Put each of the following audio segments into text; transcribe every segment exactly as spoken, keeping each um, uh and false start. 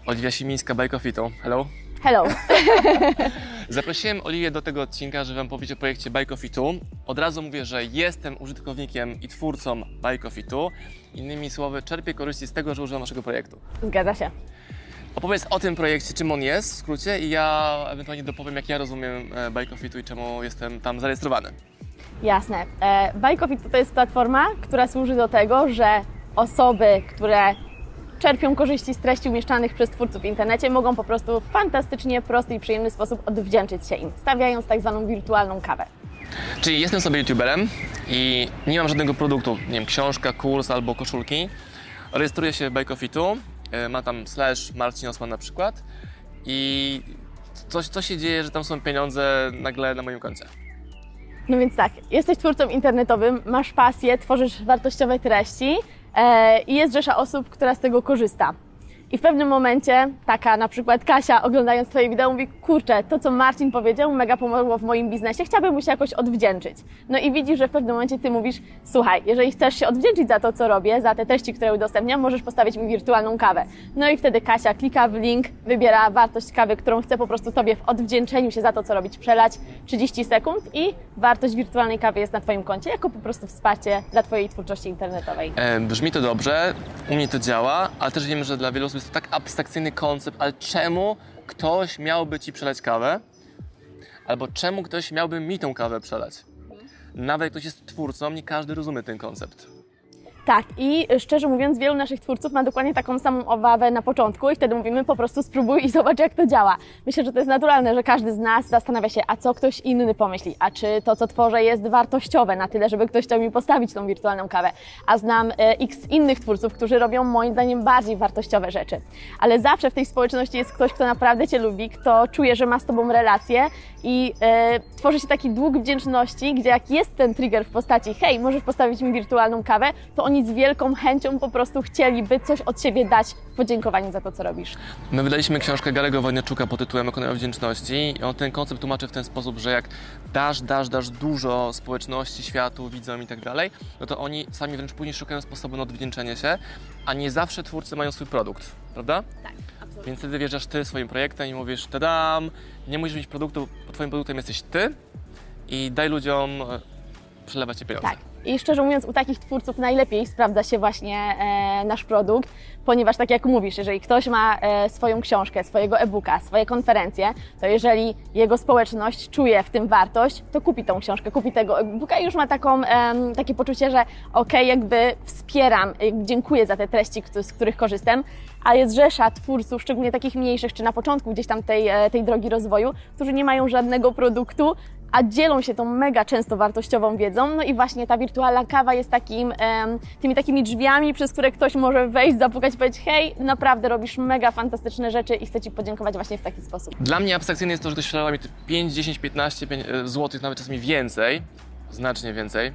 Oliwia Simińska, Buy Coffee to. Hello. Hello. Zaprosiłem Oliwię do tego odcinka, żeby Wam powiedzieć o projekcie Buy Coffee to. Od razu mówię, że jestem użytkownikiem i twórcą Buy Coffee to. Innymi słowy, czerpię korzyści z tego, że używam naszego projektu. Zgadza się. Opowiedz o tym projekcie, czym on jest w skrócie i ja ewentualnie dopowiem, jak ja rozumiem Buy Coffee to i czemu jestem tam zarejestrowany. Jasne. Buy Coffee to jest platforma, która służy do tego, że osoby, które czerpią korzyści z treści umieszczanych przez twórców w internecie, mogą po prostu w fantastycznie prosty i przyjemny sposób odwdzięczyć się im, stawiając tak zwaną wirtualną kawę. Czyli jestem sobie youtuberem i nie mam żadnego produktu, nie wiem, książka, kurs albo koszulki. Rejestruję się w Buy Coffee to, ma tam slash Marcin Osman na przykład i coś, co się dzieje, że tam są pieniądze nagle na moim koncie. No więc tak, jesteś twórcą internetowym, masz pasję, tworzysz wartościowe treści e, i jest rzesza osób, która z tego korzysta. I w pewnym momencie taka na przykład Kasia, oglądając Twoje wideo, mówi: kurczę, to co Marcin powiedział mega pomogło w moim biznesie, chciałabym mu się jakoś odwdzięczyć. No i widzisz, że w pewnym momencie Ty mówisz: słuchaj, jeżeli chcesz się odwdzięczyć za to, co robię, za te treści, które udostępniam, możesz postawić mi wirtualną kawę. No i wtedy Kasia klika w link, wybiera wartość kawy, którą chce po prostu Tobie w odwdzięczeniu się za to, co robić, przelać trzydzieści sekund i wartość wirtualnej kawy jest na Twoim koncie, jako po prostu wsparcie dla Twojej twórczości internetowej. E, brzmi to dobrze, u mnie to działa, ale też wiemy, że dla wielu osób jest to tak abstrakcyjny koncept, ale czemu ktoś miałby Ci przelać kawę? Albo czemu ktoś miałby mi tą kawę przelać? Nawet jak ktoś jest twórcą, nie każdy rozumie ten koncept. Tak, i szczerze mówiąc, wielu naszych twórców ma dokładnie taką samą obawę na początku i wtedy mówimy: po prostu spróbuj i zobacz, jak to działa. Myślę, że to jest naturalne, że każdy z nas zastanawia się, a co ktoś inny pomyśli, a czy to, co tworzę, jest wartościowe na tyle, żeby ktoś chciał mi postawić tą wirtualną kawę. A znam e, x innych twórców, którzy robią moim zdaniem bardziej wartościowe rzeczy. Ale zawsze w tej społeczności jest ktoś, kto naprawdę Cię lubi, kto czuje, że ma z Tobą relację i e, tworzy się taki dług wdzięczności, gdzie jak jest ten trigger w postaci: hej, możesz postawić mi wirtualną kawę, to oni z wielką chęcią po prostu chcieliby coś od siebie dać w podziękowaniu za to, co robisz. My wydaliśmy książkę Garego Wojnaczuka pod tytułem Ekonomia Wdzięczności i on ten koncept tłumaczy w ten sposób, że jak dasz, dasz, dasz dużo społeczności, światu, widzom i tak dalej, no to oni sami wręcz później szukają sposobu na odwdzięczenie się, a nie zawsze twórcy mają swój produkt, prawda? Tak, absolutnie. Więc wtedy wjeżdżasz Ty swoim projektem i mówisz: tadam, nie musisz mieć produktu, bo Twoim produktem jesteś Ty i daj ludziom przelewać Ci pieniądze. Tak. I szczerze mówiąc, u takich twórców najlepiej sprawdza się właśnie e, nasz produkt, ponieważ tak jak mówisz, jeżeli ktoś ma e, swoją książkę, swojego e-booka, swoje konferencje, to jeżeli jego społeczność czuje w tym wartość, to kupi tą książkę, kupi tego e-booka i już ma taką, e, takie poczucie, że okej, okay, jakby wspieram, jakby dziękuję za te treści, z których korzystam, a jest rzesza twórców, szczególnie takich mniejszych, czy na początku gdzieś tam tej, tej drogi rozwoju, którzy nie mają żadnego produktu, a dzielą się tą mega często wartościową wiedzą. No i właśnie ta wirtualna kawa jest takim, um, tymi takimi drzwiami, przez które ktoś może wejść, zapukać i powiedzieć: hej, naprawdę robisz mega fantastyczne rzeczy i chcę Ci podziękować właśnie w taki sposób. Dla mnie abstrakcyjne jest to, że ktoś przelała mi pięć, dziesięć, piętnaście złotych, nawet czasami więcej, znacznie więcej.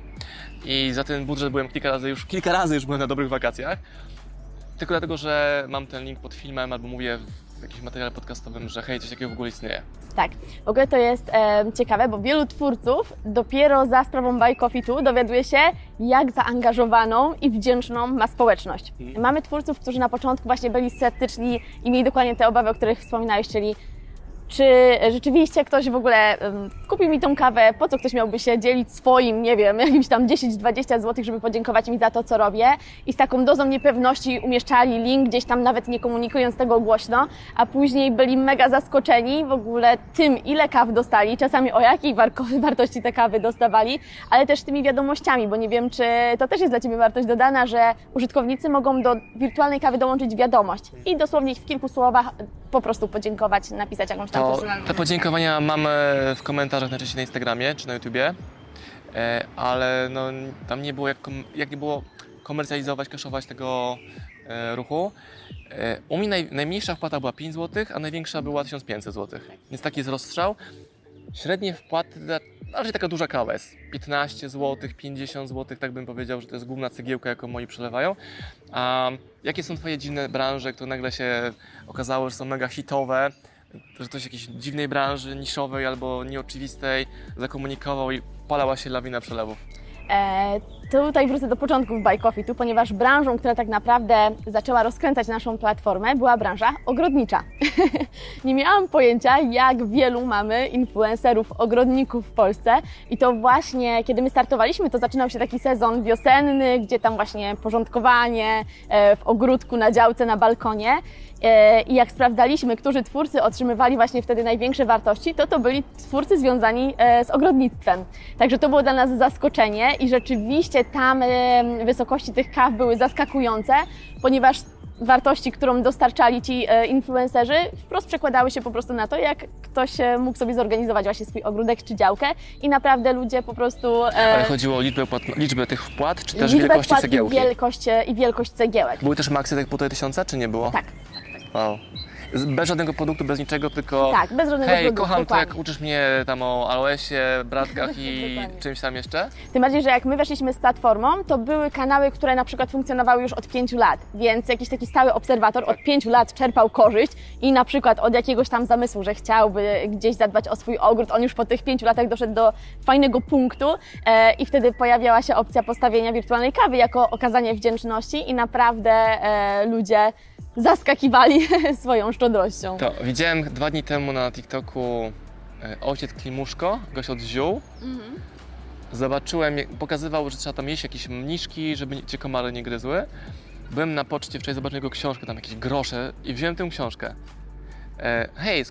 I za ten budżet byłem kilka razy już, kilka razy już byłem na dobrych wakacjach. Tylko dlatego, że mam ten link pod filmem albo mówię w jakimś materiale podcastowym, że hej, coś takiego w ogóle istnieje. Tak, w ogóle to jest e, ciekawe, bo wielu twórców dopiero za sprawą Buy Coffee to dowiaduje się, jak zaangażowaną i wdzięczną ma społeczność. Hmm. Mamy twórców, którzy na początku właśnie byli sceptyczni i mieli dokładnie te obawy, o których wspominałeś, czyli czy rzeczywiście ktoś w ogóle um, kupi mi tą kawę, po co ktoś miałby się dzielić swoim, nie wiem, jakimś tam dziesięć dwadzieścia złotych, żeby podziękować mi za to, co robię. I z taką dozą niepewności umieszczali link, gdzieś tam nawet nie komunikując tego głośno, a później byli mega zaskoczeni w ogóle tym, ile kaw dostali, czasami o jakiej wartości te kawy dostawali, ale też tymi wiadomościami, bo nie wiem, czy to też jest dla Ciebie wartość dodana, że użytkownicy mogą do wirtualnej kawy dołączyć wiadomość i dosłownie w kilku słowach po prostu podziękować, napisać jakąś tam personalną. Te podziękowania mam w komentarzach najczęściej na Instagramie czy na YouTubie, ale no, tam nie było jak, jak nie było komercjalizować, kaszować tego ruchu. U mnie naj, najmniejsza wpłata była pięć złotych, a największa była tysiąc pięćset złotych. Więc taki jest rozstrzał. Średnie wpłaty, raczej taka duża kawa jest piętnaście złotych, pięćdziesiąt złotych, tak bym powiedział, że to jest główna cegiełka, jaką moi przelewają. A jakie są Twoje dziwne branże, które nagle się okazało, że są mega hitowe, że ktoś jakiejś dziwnej branży, niszowej albo nieoczywistej zakomunikował i palała się lawina przelewów? E, tutaj wrócę do początków Buy Coffee Tu, ponieważ branżą, która tak naprawdę zaczęła rozkręcać naszą platformę, była branża ogrodnicza. Nie miałam pojęcia, jak wielu mamy influencerów, ogrodników w Polsce i to właśnie, kiedy my startowaliśmy, to zaczynał się taki sezon wiosenny, gdzie tam właśnie porządkowanie e, w ogródku, na działce, na balkonie. I jak sprawdzaliśmy, którzy twórcy otrzymywali właśnie wtedy największe wartości, to to byli twórcy związani z ogrodnictwem. Także to było dla nas zaskoczenie i rzeczywiście tam wysokości tych kaw były zaskakujące, ponieważ wartości, którą dostarczali ci influencerzy, wprost przekładały się po prostu na to, jak ktoś mógł sobie zorganizować właśnie swój ogródek czy działkę i naprawdę ludzie po prostu... Ale chodziło o liczbę, liczbę tych wpłat, czy też liczbę wielkości wpłat cegiełki? I wielkość, i wielkość cegiełek. Były też maksy tych półtorej tysiąca, czy nie było? Tak. Wow. Bez żadnego produktu, bez niczego, tylko tak, bez żadnego hej, produktu, kocham dokładnie. to, jak uczysz mnie tam o aloesie, bratkach i czymś tam jeszcze. Tym bardziej, że jak my weszliśmy z platformą, to były kanały, które na przykład funkcjonowały już od pięciu lat, więc jakiś taki stały obserwator od pięciu lat czerpał korzyść i na przykład od jakiegoś tam zamysłu, że chciałby gdzieś zadbać o swój ogród, on już po tych pięciu latach doszedł do fajnego punktu e, i wtedy pojawiała się opcja postawienia wirtualnej kawy jako okazanie wdzięczności i naprawdę e, ludzie zaskakiwali swoją szczodrością. To widziałem dwa dni temu na TikToku e, ojciec Klimuszko, gość od ziół. Mhm. Zobaczyłem, pokazywał, że trzeba tam jeść jakieś mniszki, żeby cię komary nie gryzły. Byłem na poczcie wczoraj, zobaczyłem jego książkę, tam jakieś grosze i wziąłem tę książkę. E, hej,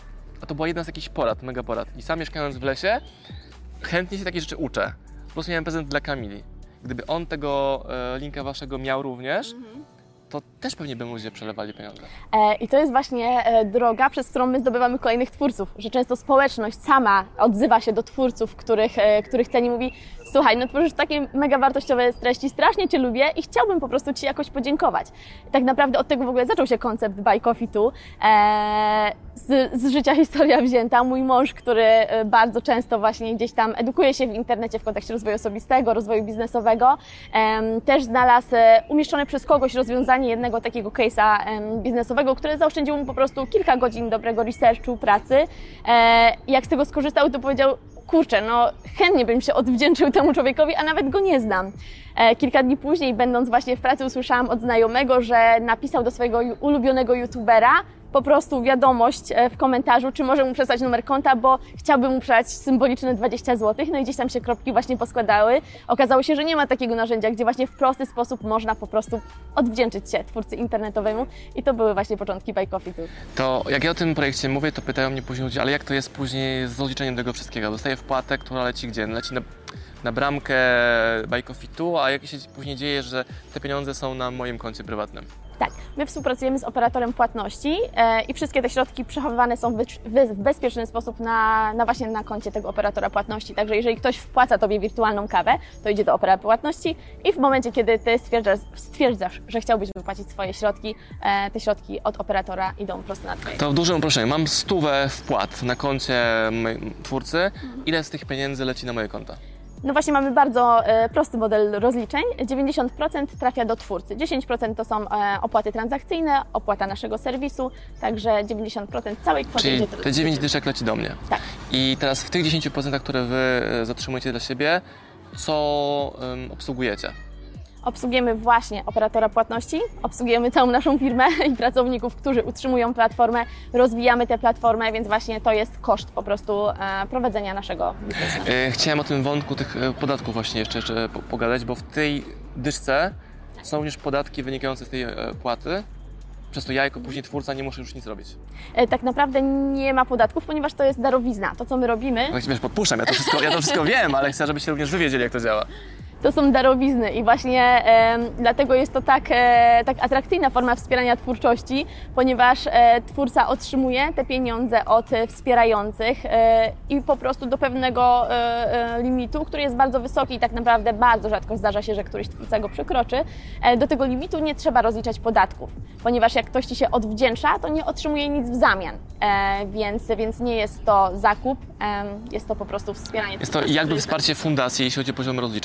a to była jedna z jakichś porad, mega porad. I sam mieszkając w lesie, chętnie się takie rzeczy uczę. Po prostu miałem prezent dla Kamili. Gdyby on tego e, linka waszego miał również, mhm. to też pewnie by ludzie przelewali pieniądze. E, I to jest właśnie e, droga, przez którą my zdobywamy kolejnych twórców, że często społeczność sama odzywa się do twórców, których, e, których ceni, mówi: słuchaj, no tworzysz takie mega wartościowe treści, strasznie Cię lubię i chciałbym po prostu Ci jakoś podziękować. Tak naprawdę od tego w ogóle zaczął się koncept Buy Coffee Tu. E, z, z życia historia wzięta. Mój mąż, który bardzo często właśnie gdzieś tam edukuje się w internecie w kontekście rozwoju osobistego, rozwoju biznesowego, e, też znalazł umieszczone przez kogoś rozwiązanie jednego takiego case'a biznesowego, które zaoszczędziło mu po prostu kilka godzin dobrego researchu, pracy. E, jak z tego skorzystał, to powiedział: kurczę, no chętnie bym się odwdzięczył temu człowiekowi, a nawet go nie znam. E, kilka dni później, będąc właśnie w pracy, usłyszałam od znajomego, że napisał do swojego ulubionego youtubera po prostu wiadomość w komentarzu, czy może mu przesłać numer konta, bo chciałby mu przelać symboliczne dwadzieścia złotych. No i gdzieś tam się kropki właśnie poskładały. Okazało się, że nie ma takiego narzędzia, gdzie właśnie w prosty sposób można po prostu odwdzięczyć się twórcy internetowemu i to były właśnie początki Buy Coffee Tu. To jak ja o tym projekcie mówię, to pytają mnie później ludzie, ale jak to jest później z rozliczeniem tego wszystkiego? Dostaję wpłatę, która leci gdzie? Leci na, na bramkę Buy Coffee Tu, a jak się później dzieje, że te pieniądze są na moim koncie prywatnym? Tak, my współpracujemy z operatorem płatności e, i wszystkie te środki przechowywane są w, w bezpieczny sposób na, na właśnie na koncie tego operatora płatności. Także jeżeli ktoś wpłaca Tobie wirtualną kawę, to idzie do operatora płatności i w momencie, kiedy Ty stwierdzasz, stwierdzasz że chciałbyś wypłacić swoje środki, e, te środki od operatora idą prosto na Twoje. To w dużym uproszczeniu. Mam stówę wpłat na koncie twórcy. Mhm. Ile z tych pieniędzy leci na moje konta? No właśnie mamy bardzo e, prosty model rozliczeń. dziewięćdziesiąt procent trafia do twórcy, dziesięć procent to są e, opłaty transakcyjne, opłata naszego serwisu, także dziewięćdziesiąt procent całej kwoty. Czyli te dziewięć dyszek leci do mnie. Tak. I teraz w tych dziesięć procent, które Wy zatrzymujecie dla siebie, co um, obsługujecie? Obsługujemy właśnie operatora płatności, obsługujemy całą naszą firmę i pracowników, którzy utrzymują platformę, rozwijamy tę platformę, więc właśnie to jest koszt po prostu e, prowadzenia naszego biznesu. Chciałem o tym wątku tych podatków właśnie jeszcze, jeszcze pogadać, bo w tej dyszce są również podatki wynikające z tej płaty. Przez to ja jako później twórca nie muszę już nic robić. E, tak naprawdę nie ma podatków, ponieważ to jest darowizna. To, co my robimy... No, wiesz, podpuszczam, ja to wszystko, ja to wszystko wiem, ale chcę, żebyście również wy wiedzieli, jak to działa. To są darowizny i właśnie e, dlatego jest to tak, e, tak atrakcyjna forma wspierania twórczości, ponieważ e, twórca otrzymuje te pieniądze od e, wspierających e, i po prostu do pewnego e, e, limitu, który jest bardzo wysoki i tak naprawdę bardzo rzadko zdarza się, że któryś twórca go przekroczy. E, do tego limitu nie trzeba rozliczać podatków, ponieważ jak ktoś Ci się odwdzięcza, to nie otrzymuje nic w zamian, e, więc, więc nie jest to zakup, e, jest to po prostu wspieranie twórczości. Jest to jakby wsparcie fundacji, jeśli chodzi o poziom rozliczeń, tak? Że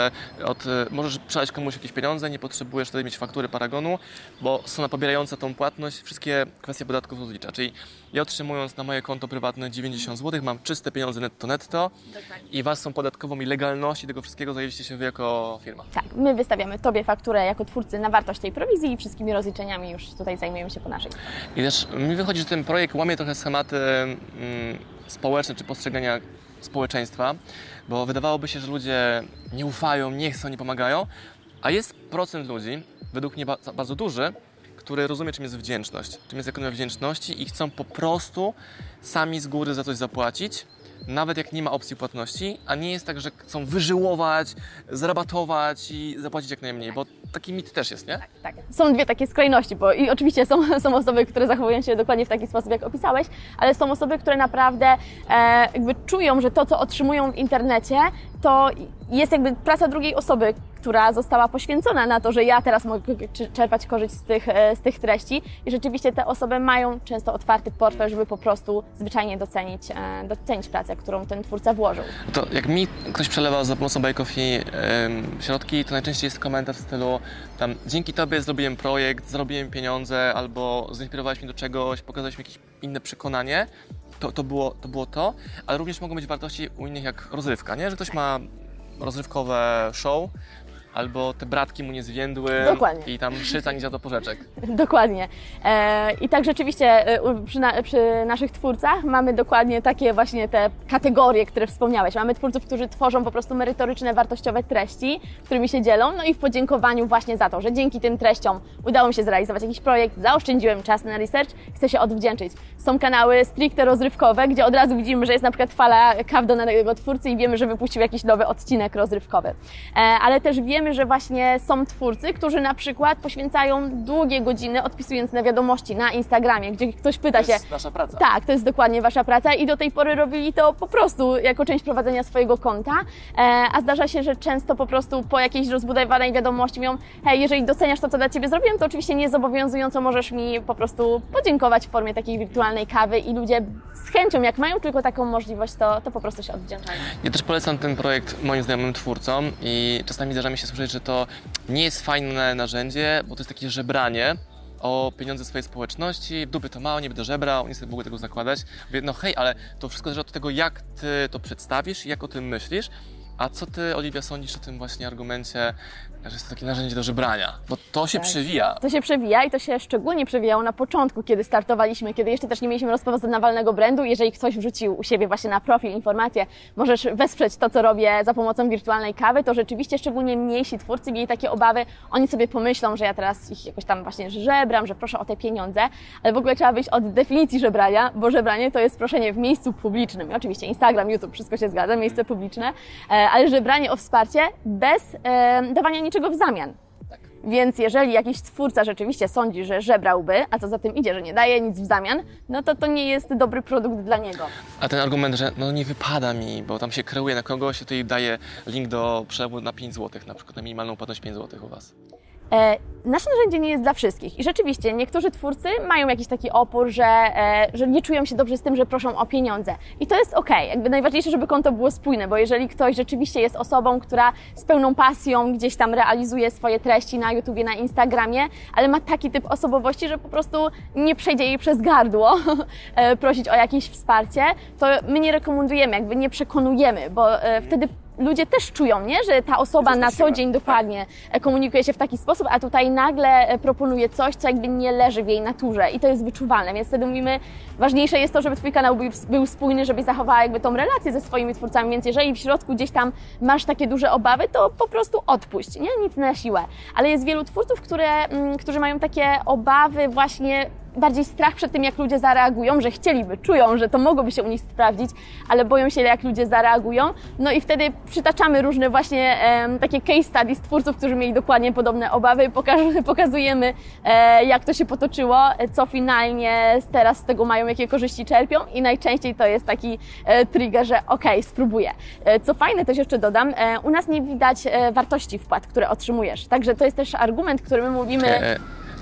że od, możesz przelać komuś jakieś pieniądze, nie potrzebujesz wtedy mieć faktury Paragonu, bo strona pobierająca tą płatność wszystkie kwestie podatków rozlicza. Czyli ja otrzymując na moje konto prywatne dziewięćdziesiąt złotych, mam czyste pieniądze netto netto i warstwą podatkową i legalności tego wszystkiego zajęliście się wy jako firma. Tak, my wystawiamy Tobie fakturę jako twórcy na wartość tej prowizji i wszystkimi rozliczeniami już tutaj zajmujemy się po naszej stronie. I też mi wychodzi, że ten projekt łamie trochę schematy mm, społeczne czy postrzegania społeczeństwa, bo wydawałoby się, że ludzie nie ufają, nie chcą, nie pomagają, a jest procent ludzi, według mnie bardzo duży, który rozumie, czym jest wdzięczność, czym jest ekonomia wdzięczności i chcą po prostu sami z góry za coś zapłacić, nawet jak nie ma opcji płatności, a nie jest tak, że chcą wyżyłować, zarabatować i zapłacić jak najmniej, bo taki mit też jest, nie? Tak, tak. Są dwie takie skrajności, bo i oczywiście są, są osoby, które zachowują się dokładnie w taki sposób, jak opisałeś, ale są osoby, które naprawdę e, jakby czują, że to, co otrzymują w internecie, to jest jakby praca drugiej osoby, która została poświęcona na to, że ja teraz mogę czerpać korzyść z tych, z tych treści i rzeczywiście te osoby mają często otwarty portfel, żeby po prostu zwyczajnie docenić, docenić pracę, którą ten twórca włożył. To jak mi ktoś przelewa za pomocą Buy Coffee ym, środki, to najczęściej jest komentarz w stylu tam dzięki Tobie zrobiłem projekt, zarobiłem pieniądze albo zainspirowałeś mnie do czegoś, pokazałeś mi jakieś inne przekonanie. To, to, było, to było to, ale również mogą być wartości u innych jak rozrywka, nie? Że ktoś ma rozrywkowe show, albo te bratki mu nie zwiędły. Dokładnie. I tam szyca nie zjadła porzeczek. Dokładnie. E, I tak rzeczywiście e, przy, na, przy naszych twórcach mamy dokładnie takie właśnie te kategorie, które wspomniałeś. Mamy twórców, którzy tworzą po prostu merytoryczne, wartościowe treści, którymi się dzielą, no i w podziękowaniu właśnie za to, że dzięki tym treściom udało mi się zrealizować jakiś projekt, zaoszczędziłem czas na research, chcę się odwdzięczyć. Są kanały stricte rozrywkowe, gdzie od razu widzimy, że jest na przykład fala kaw do danego twórcy i wiemy, że wypuścił jakiś nowy odcinek rozrywkowy. E, ale też wiemy, że właśnie są twórcy, którzy na przykład poświęcają długie godziny odpisując na wiadomości na Instagramie, gdzie ktoś pyta się... To jest nasza praca. Tak, to jest dokładnie Wasza praca i do tej pory robili to po prostu jako część prowadzenia swojego konta, e, a zdarza się, że często po prostu po jakiejś rozbudowanej wiadomości mówią: hej, jeżeli doceniasz to, co dla Ciebie zrobiłem, to oczywiście niezobowiązująco możesz mi po prostu podziękować w formie takiej wirtualnej kawy i ludzie z chęcią, jak mają tylko taką możliwość, to, to po prostu się odwdzięczają. Ja też polecam ten projekt moim znajomym twórcom i czasami zdarza mi się słyszeć, że to nie jest fajne narzędzie, bo to jest takie żebranie o pieniądze swojej społeczności, w dupy to mało, nie będę żebrał, nie chcę w ogóle tego zakładać. Mówię, no hej, ale to wszystko zależy od tego, jak Ty to przedstawisz i jak o tym myślisz. A co Ty, Oliwia, sądzisz o tym właśnie argumencie, że jest to takie narzędzie do żebrania? Bo to się Tak. przewija. To się przewija i to się szczególnie przewijało na początku, kiedy startowaliśmy, kiedy jeszcze też nie mieliśmy rozpoznawalnego brandu. Jeżeli ktoś wrzucił u siebie właśnie na profil informację, możesz wesprzeć to, co robię za pomocą wirtualnej kawy, to rzeczywiście szczególnie mniejsi twórcy mieli takie obawy. Oni sobie pomyślą, że ja teraz ich jakoś tam właśnie żebram, że proszę o te pieniądze, ale w ogóle trzeba wyjść od definicji żebrania, bo żebranie to jest proszenie w miejscu publicznym. I oczywiście Instagram, YouTube, wszystko się zgadza, miejsce publiczne, ale żebranie o wsparcie bez e, dawania niczego w zamian. Tak. Więc jeżeli jakiś twórca rzeczywiście sądzi, że żebrałby, a co za tym idzie, że nie daje nic w zamian, no to to nie jest dobry produkt dla niego. A ten argument, że no nie wypada mi, bo tam się kreuje na kogoś, to tutaj daje link do przelewu na pięć złotych, na przykład na minimalną płatność pięć złotych u Was. E, nasze narzędzie nie jest dla wszystkich i rzeczywiście niektórzy twórcy mają jakiś taki opór, że, e, że nie czują się dobrze z tym, że proszą o pieniądze i to jest okej. Jakby najważniejsze, żeby konto było spójne, bo jeżeli ktoś rzeczywiście jest osobą, która z pełną pasją gdzieś tam realizuje swoje treści na YouTubie, na Instagramie, ale ma taki typ osobowości, że po prostu nie przejdzie jej przez gardło e, prosić o jakieś wsparcie, to my nie rekomendujemy, jakby nie przekonujemy, bo e, wtedy ludzie też czują, nie? Że ta osoba na co dzień dokładnie komunikuje się w taki sposób, a tutaj nagle proponuje coś, co jakby nie leży w jej naturze i to jest wyczuwalne, więc wtedy mówimy, ważniejsze jest to, żeby Twój kanał był, był spójny, żebyś zachowała jakby tą relację ze swoimi twórcami, więc jeżeli w środku gdzieś tam masz takie duże obawy, to po prostu odpuść, nie? Nic na siłę. Ale jest wielu twórców, które, którzy mają takie obawy właśnie, bardziej strach przed tym, jak ludzie zareagują, że chcieliby, czują, że to mogłoby się u nich sprawdzić, ale boją się, jak ludzie zareagują. No i wtedy przytaczamy różne właśnie e, takie case studies twórców, którzy mieli dokładnie podobne obawy, pokaż, pokazujemy, e, jak to się potoczyło, co finalnie teraz z tego mają, jakie korzyści czerpią i najczęściej to jest taki e, trigger, że okej, okay, spróbuję. E, co fajne, też jeszcze dodam, e, u nas nie widać e, wartości wpłat, które otrzymujesz, także to jest też argument, który my mówimy... E,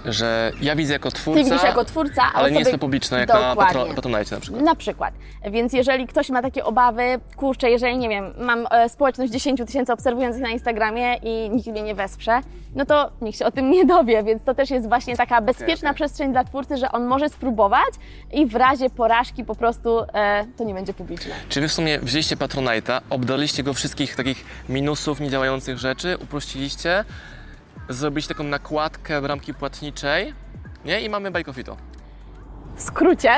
Że ja widzę jako twórca, Ty widzisz jako twórca, ale osoby... nie jest to publiczne, jak Dokładnie. na patro, Patronite na przykład. Na przykład. Więc jeżeli ktoś ma takie obawy, kurczę, jeżeli, nie wiem, mam e, społeczność dziesięć tysięcy obserwujących na Instagramie i nikt mnie nie wesprze, no to nikt się o tym nie dowie, więc to też jest właśnie taka bezpieczna okay, okay. przestrzeń dla twórcy, że on może spróbować i w razie porażki po prostu e, to nie będzie publiczne. Czy wy w sumie wzięliście Patronite'a, obdarliście go wszystkich takich minusów, niedziałających rzeczy, uprościliście, zrobiliście taką nakładkę bramki płatniczej, nie? I mamy Buy Coffee To. W skrócie,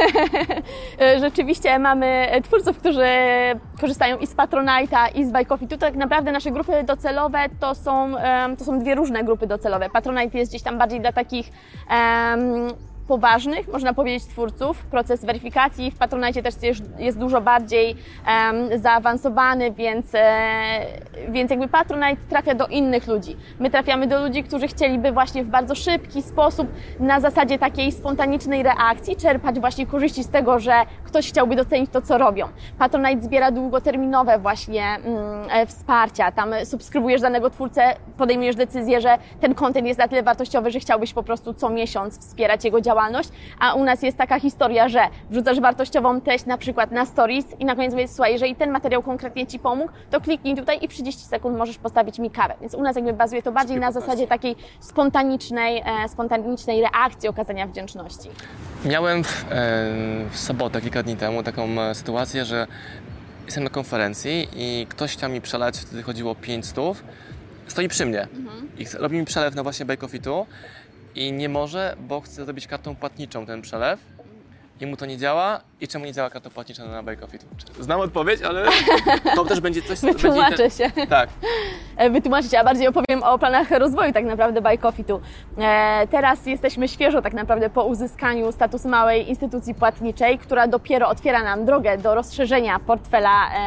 rzeczywiście mamy twórców, którzy korzystają i z Patronite'a, i z Buy Coffee To. Tak naprawdę nasze grupy docelowe to są, to są dwie różne grupy docelowe. Patronite jest gdzieś tam bardziej dla takich um, poważnych, można powiedzieć, twórców. Proces weryfikacji w Patronite też jest, jest dużo bardziej um, zaawansowany, więc, e, więc jakby Patronite trafia do innych ludzi. My trafiamy do ludzi, którzy chcieliby właśnie w bardzo szybki sposób, na zasadzie takiej spontanicznej reakcji, czerpać właśnie korzyści z tego, że ktoś chciałby docenić to, co robią. Patronite zbiera długoterminowe właśnie mm, wsparcia. Tam subskrybujesz danego twórcę, podejmujesz decyzję, że ten content jest na tyle wartościowy, że chciałbyś po prostu co miesiąc wspierać jego działalność. A u nas jest taka historia, że wrzucasz wartościową treść na przykład na stories i na koniec mówisz, słuchaj, jeżeli ten materiał konkretnie Ci pomógł, to kliknij tutaj i w trzydzieści sekund możesz postawić mi kawę. Więc u nas jakby bazuje to bardziej na zasadzie takiej spontanicznej, e, spontanicznej reakcji okazania wdzięczności. Miałem w, e, w sobotę, kilka dni temu, taką e, sytuację, że jestem na konferencji i ktoś chciał mi przelać, wtedy chodziło o pięć stów, stoi przy mnie mhm. i robi mi przelew na właśnie Buy Coffee To. I nie może, bo chce zrobić kartą płatniczą ten przelew i mu to nie działa. I czemu nie działa karta płatnicza na Buy Coffee To? Znam odpowiedź, ale to też będzie coś... Wytłumaczę będzie się. Tak. Wytłumaczę się, a bardziej opowiem o planach rozwoju tak naprawdę Buy Coffee To. E, teraz jesteśmy świeżo tak naprawdę po uzyskaniu statusu małej instytucji płatniczej, która dopiero otwiera nam drogę do rozszerzenia portfela e,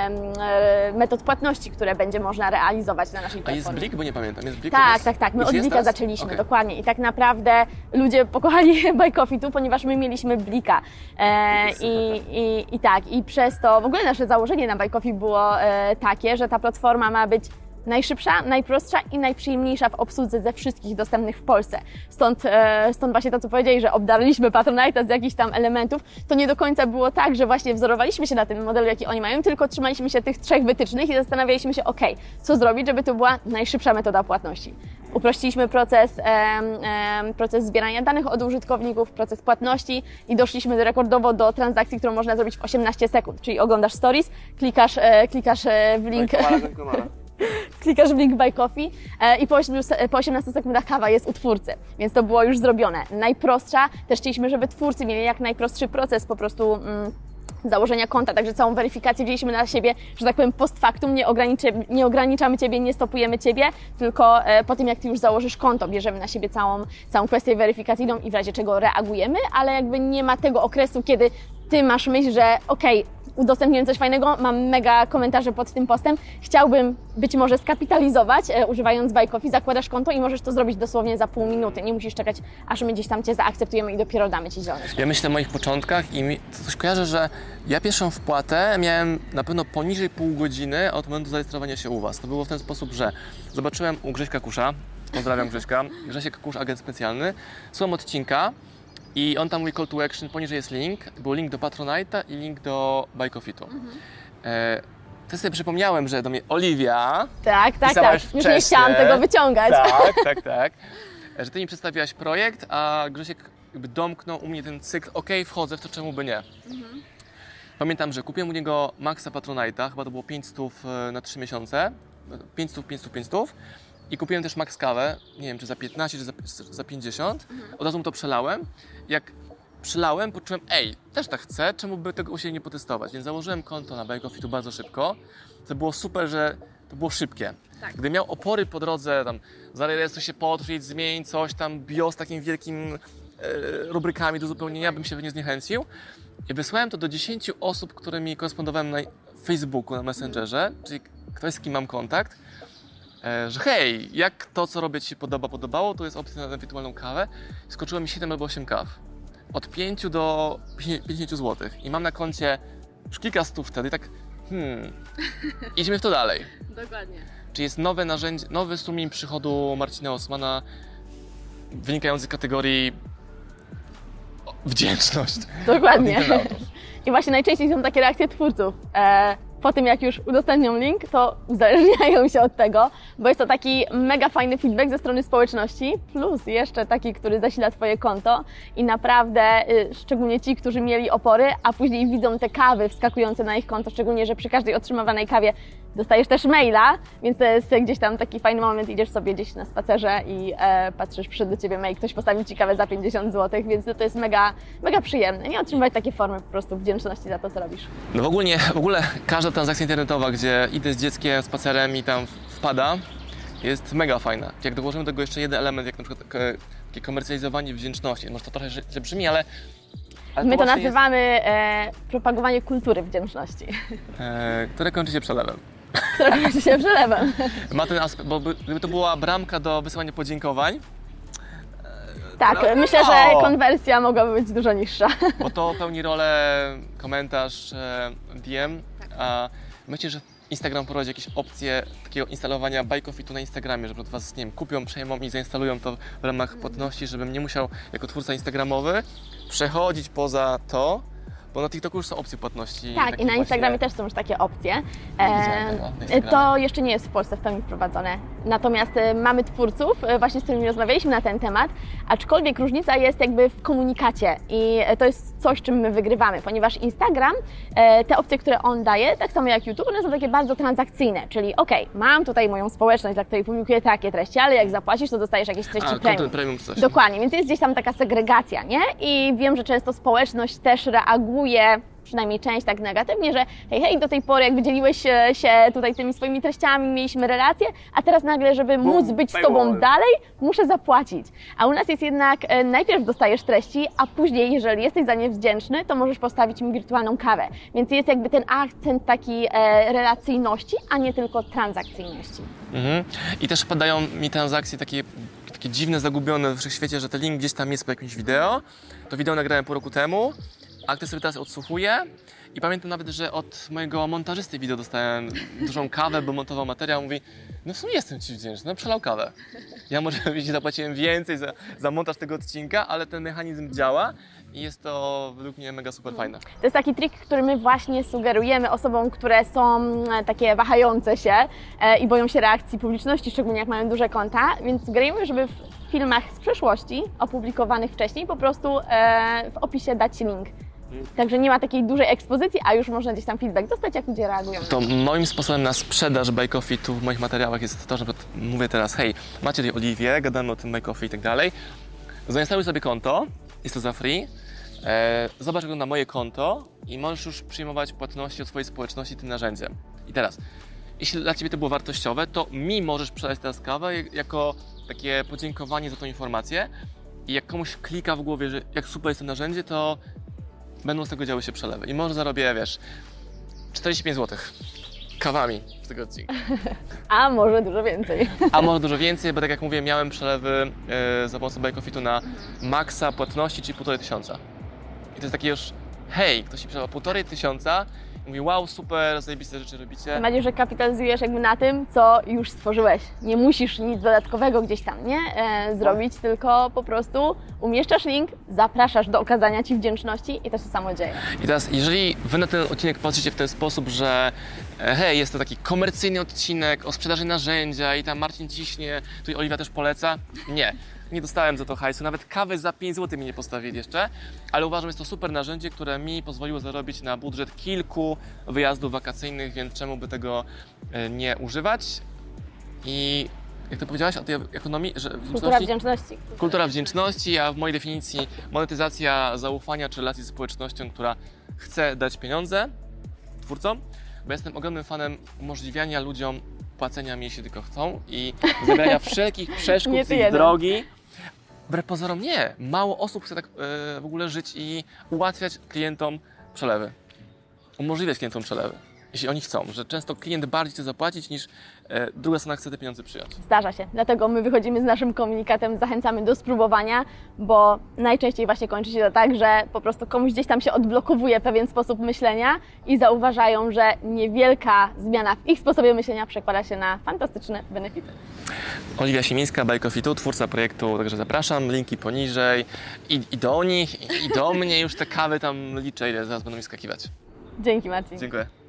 e, metod płatności, które będzie można realizować na naszej platformie. A jest Blik? Bo nie pamiętam. Jest Blik? Tak, tak, tak. My Już od jest Blika teraz? zaczęliśmy, Okay. dokładnie. I tak naprawdę ludzie pokochali Buy Coffee To, ponieważ my mieliśmy Blika. E, i, i, I tak, i przez to w ogóle nasze założenie na Buy Coffee było e, takie, że ta platforma ma być najszybsza, najprostsza i najprzyjemniejsza w obsłudze ze wszystkich dostępnych w Polsce. Stąd, e, stąd właśnie to, co powiedzieli, że obdarliśmy Patronite'a z jakichś tam elementów, to nie do końca było tak, że właśnie wzorowaliśmy się na tym modelu, jaki oni mają, tylko trzymaliśmy się tych trzech wytycznych i zastanawialiśmy się, ok, co zrobić, żeby to była najszybsza metoda płatności. Uprościliśmy proces, e, e, proces zbierania danych od użytkowników, proces płatności i doszliśmy rekordowo do transakcji, którą można zrobić w osiemnaście sekund, czyli oglądasz stories, klikasz, e, klikasz e, w link... Klikasz w link Buy Coffee e, i po, po osiemnastu sekundach kawa jest u twórcy, więc to było już zrobione. Najprostsza, też chcieliśmy, żeby twórcy mieli jak najprostszy proces po prostu mm, założenia konta, także całą weryfikację wzięliśmy na siebie, że tak powiem post factum, nie, nie ograniczamy Ciebie, nie stopujemy Ciebie, tylko e, po tym jak Ty już założysz konto, bierzemy na siebie całą, całą kwestię weryfikacyjną i w razie czego reagujemy, ale jakby nie ma tego okresu, kiedy Ty masz myśl, że okej, okay, udostępniłem coś fajnego, mam mega komentarze pod tym postem, chciałbym być może skapitalizować, e, używając Buy Coffee, zakładasz konto i możesz to zrobić dosłownie za pół minuty. Nie musisz czekać, aż my gdzieś tam Cię zaakceptujemy i dopiero damy Ci zielone światło. Ja myślę o moich początkach i mi coś kojarzę, że ja pierwszą wpłatę miałem na pewno poniżej pół godziny od momentu zarejestrowania się u Was. To było w ten sposób, że zobaczyłem u Grześka Kusza, pozdrawiam Grześka, Grzesiek Kusz, agent specjalny, słucham odcinka i on tam mówi call to action, poniżej jest link, był link do Patronite'a i link do Buy Coffee To. Mhm. E, to sobie przypomniałem, że do mnie Oliwia Tak, tak, tak, już nie chciałam tego wyciągać. Tak, tak, tak. Że Ty mi przedstawiłaś projekt, a Grzesiek jakby domknął u mnie ten cykl, ok, wchodzę w to, czemu by nie. Mhm. Pamiętam, że kupiłem u niego Maxa Patronite'a, chyba to było pięć stów na trzy miesiące, pięć stów, pięć stów, pięć stów. I kupiłem też Max kawę, nie wiem czy za piętnaście, czy za, za pięćdziesiąt. Mhm. Od razu mu to przelałem. Jak przelałem, poczułem, ej, też tak chcę, czemu by tego u siebie nie potestować? Więc założyłem konto na Buy Coffee To bardzo szybko. To było super, że to było szybkie. Tak. Gdy miał opory po drodze, tam zarejestruj się, potwierdź, zmień coś tam, bio z takim wielkim e, rubrykami do uzupełnienia, bym się nie zniechęcił. I wysłałem to do dziesięciu osób, którymi korespondowałem na Facebooku, na Messengerze, czyli ktoś, z kim mam kontakt. Że hej, jak to, co robię Ci się podoba, podobało, to jest opcja na wirtualną kawę. Skoczyło mi siedem albo osiem kaw. Od pięciu do pięćdziesięciu złotych. I mam na koncie już kilka stów wtedy, tak hmm, idźmy w to dalej. Dokładnie. Czy jest nowe narzędzie, nowy strumień przychodu Marcina Osmana, wynikający z kategorii wdzięczność. Dokładnie. I właśnie najczęściej są takie reakcje twórców. E, po tym jak już udostępnią link, to uzależniają się od tego, bo jest to taki mega fajny feedback ze strony społeczności, plus jeszcze taki, który zasila Twoje konto i naprawdę, y, szczególnie ci, którzy mieli opory, a później widzą te kawy wskakujące na ich konto, szczególnie, że przy każdej otrzymywanej kawie dostajesz też maila, więc to jest gdzieś tam taki fajny moment, idziesz sobie gdzieś na spacerze i e, patrzysz, przyszedł do Ciebie mail, ktoś postawił Ci kawę za pięćdziesiąt złotych, więc to, to jest mega, mega przyjemne, nie otrzymywać takie formy po prostu wdzięczności za to, co robisz. No w ogóle, nie, w ogóle każda transakcja internetowa, gdzie idę z dzieckiem spacerem i tam wpada, jest mega fajna. Jak dołożymy do tego jeszcze jeden element, jak na przykład takie komercjalizowanie wdzięczności, może to trochę źle brzmi, ale... ale My to, to właśnie nazywamy e, propagowanie kultury wdzięczności, jest, e, które kończy się przelewem. która kończy się przelewem. Ma ten aspekt, bo by- gdyby to była bramka do wysyłania podziękowań, Tak, no, myślę, no. że konwersja mogłaby być dużo niższa. bo to pełni rolę komentarz, e, D M, a myślę, że Instagram prowadzi jakieś opcje takiego instalowania Bajkofitu na Instagramie, żeby od Was, nie wiem, kupią, przejmą i zainstalują to w ramach płatności, żebym nie musiał jako twórca instagramowy przechodzić poza to, bo na TikToku już są opcje płatności. Tak, takie i na Instagramie właśnie... też są już takie opcje. widziałem tego na E, Instagramie. to jeszcze nie jest w Polsce w pełni wprowadzone. Natomiast e, mamy twórców, e, właśnie z którymi rozmawialiśmy na ten temat, aczkolwiek różnica jest jakby w komunikacie i e, to jest coś, czym my wygrywamy, ponieważ Instagram, e, te opcje, które on daje, tak samo jak YouTube, one są takie bardzo transakcyjne, czyli okej, mam tutaj moją społeczność, dla której publikuję takie treści, ale jak zapłacisz, to dostajesz jakieś treści A, premium. content premium coś. Dokładnie, więc jest gdzieś tam taka segregacja, nie? I wiem, że często społeczność też reaguje, przynajmniej część tak negatywnie, że hej, hej, do tej pory jak wydzieliłeś się, się tutaj tymi swoimi treściami, mieliśmy relacje, a teraz nagle, żeby móc być z Tobą paywall. dalej, muszę zapłacić. A u nas jest jednak, e, najpierw dostajesz treści, a później, jeżeli jesteś za nie wdzięczny, to możesz postawić mi wirtualną kawę. Więc jest jakby ten akcent taki e, relacyjności, a nie tylko transakcyjności. Mhm. I też padają mi transakcje takie, takie dziwne, zagubione we wszechświecie, że ten link gdzieś tam jest po jakimś wideo. To wideo nagrałem pół roku temu, a ktoś sobie teraz odsłuchuje. I pamiętam nawet, że od mojego montażysty wideo dostałem dużą kawę, bo montował materiał. Mówi, no w sumie jestem Ci wdzięczny, no przelał kawę. Ja może Ci zapłaciłem więcej za, za montaż tego odcinka, ale ten mechanizm działa i jest to według mnie mega super fajne. To jest taki trik, który my właśnie sugerujemy osobom, które są e, takie wahające się e, i boją się reakcji publiczności, szczególnie jak mają duże konta, więc sugerujemy, żeby w filmach z przeszłości, opublikowanych wcześniej, po prostu e, w opisie dać link. Także nie ma takiej dużej ekspozycji, a już można gdzieś tam feedback dostać, jak ludzie reagują. To moim sposobem na sprzedaż Bajkofitu w moich materiałach jest to, że mówię teraz, hej, macie tutaj Oliwię, gadamy o tym Bajkofie i tak dalej. Zainstaluj sobie konto, jest to za free. E, zobacz, jak wygląda moje konto i możesz już przyjmować płatności od swojej społeczności tym narzędziem. I teraz, jeśli dla Ciebie to było wartościowe, to mi możesz sprzedać teraz kawę jako takie podziękowanie za tą informację. I jak komuś klika w głowie, że jak super jest to narzędzie, to będą z tego działy się przelewy. I może zarobię, wiesz, czterdzieści pięć złotych kawami z tego odcinka. A może dużo więcej. A może dużo więcej, bo tak jak mówię, miałem przelewy yy, za pomocą Bajkofitu na maksa płatności, czyli półtorej tysiąca. I to jest takie już, hej, ktoś ci przelewa półtorej tysiąca i mówi, wow, super, zajebiste rzeczy robicie. Mam nadzieję, że kapitalizujesz jakby na tym, co już stworzyłeś. Nie musisz nic dodatkowego gdzieś tam, nie? E, zrobić, tylko po prostu umieszczasz link, zapraszasz do okazania Ci wdzięczności i to się samo dzieje. I teraz, jeżeli Wy na ten odcinek patrzycie w ten sposób, że e, hej, jest to taki komercyjny odcinek o sprzedaży narzędzia i tam Marcin ciśnie, tutaj Oliwia też poleca. Nie, nie dostałem za to hajsu, nawet kawy za pięć złotych mi nie postawili jeszcze, ale uważam, że jest to super narzędzie, które mi pozwoliło zarobić na budżet kilku wyjazdów wakacyjnych, więc czemu by tego e, nie używać? I jak to powiedziałaś o tej ekonomii, że Kultura wdzięczności. Kultura wdzięczności, a w mojej definicji monetyzacja zaufania czy relacji z społecznością, która chce dać pieniądze twórcom, bo jestem ogromnym fanem umożliwiania ludziom płacenia mi, jeśli tylko chcą i zabierania wszelkich przeszkód Nie z ty ich jeden. drogi. Wbrew pozorom nie. Mało osób chce tak e, w ogóle żyć i ułatwiać klientom przelewy. Umożliwiać klientom przelewy. jeśli oni chcą, że często klient bardziej chce zapłacić niż e, druga strona chce te pieniądze przyjąć. Zdarza się, dlatego my wychodzimy z naszym komunikatem, zachęcamy do spróbowania, bo najczęściej właśnie kończy się to tak, że po prostu komuś gdzieś tam się odblokowuje pewien sposób myślenia i zauważają, że niewielka zmiana w ich sposobie myślenia przekłada się na fantastyczne benefity. Oliwia Siemińska, Buy Coffee Tu, twórca projektu, także zapraszam, linki poniżej i, i do nich, i, i do mnie już te kawy tam liczę, ile zaraz będą mi skakiwać. Dzięki, Marcin. Dziękuję.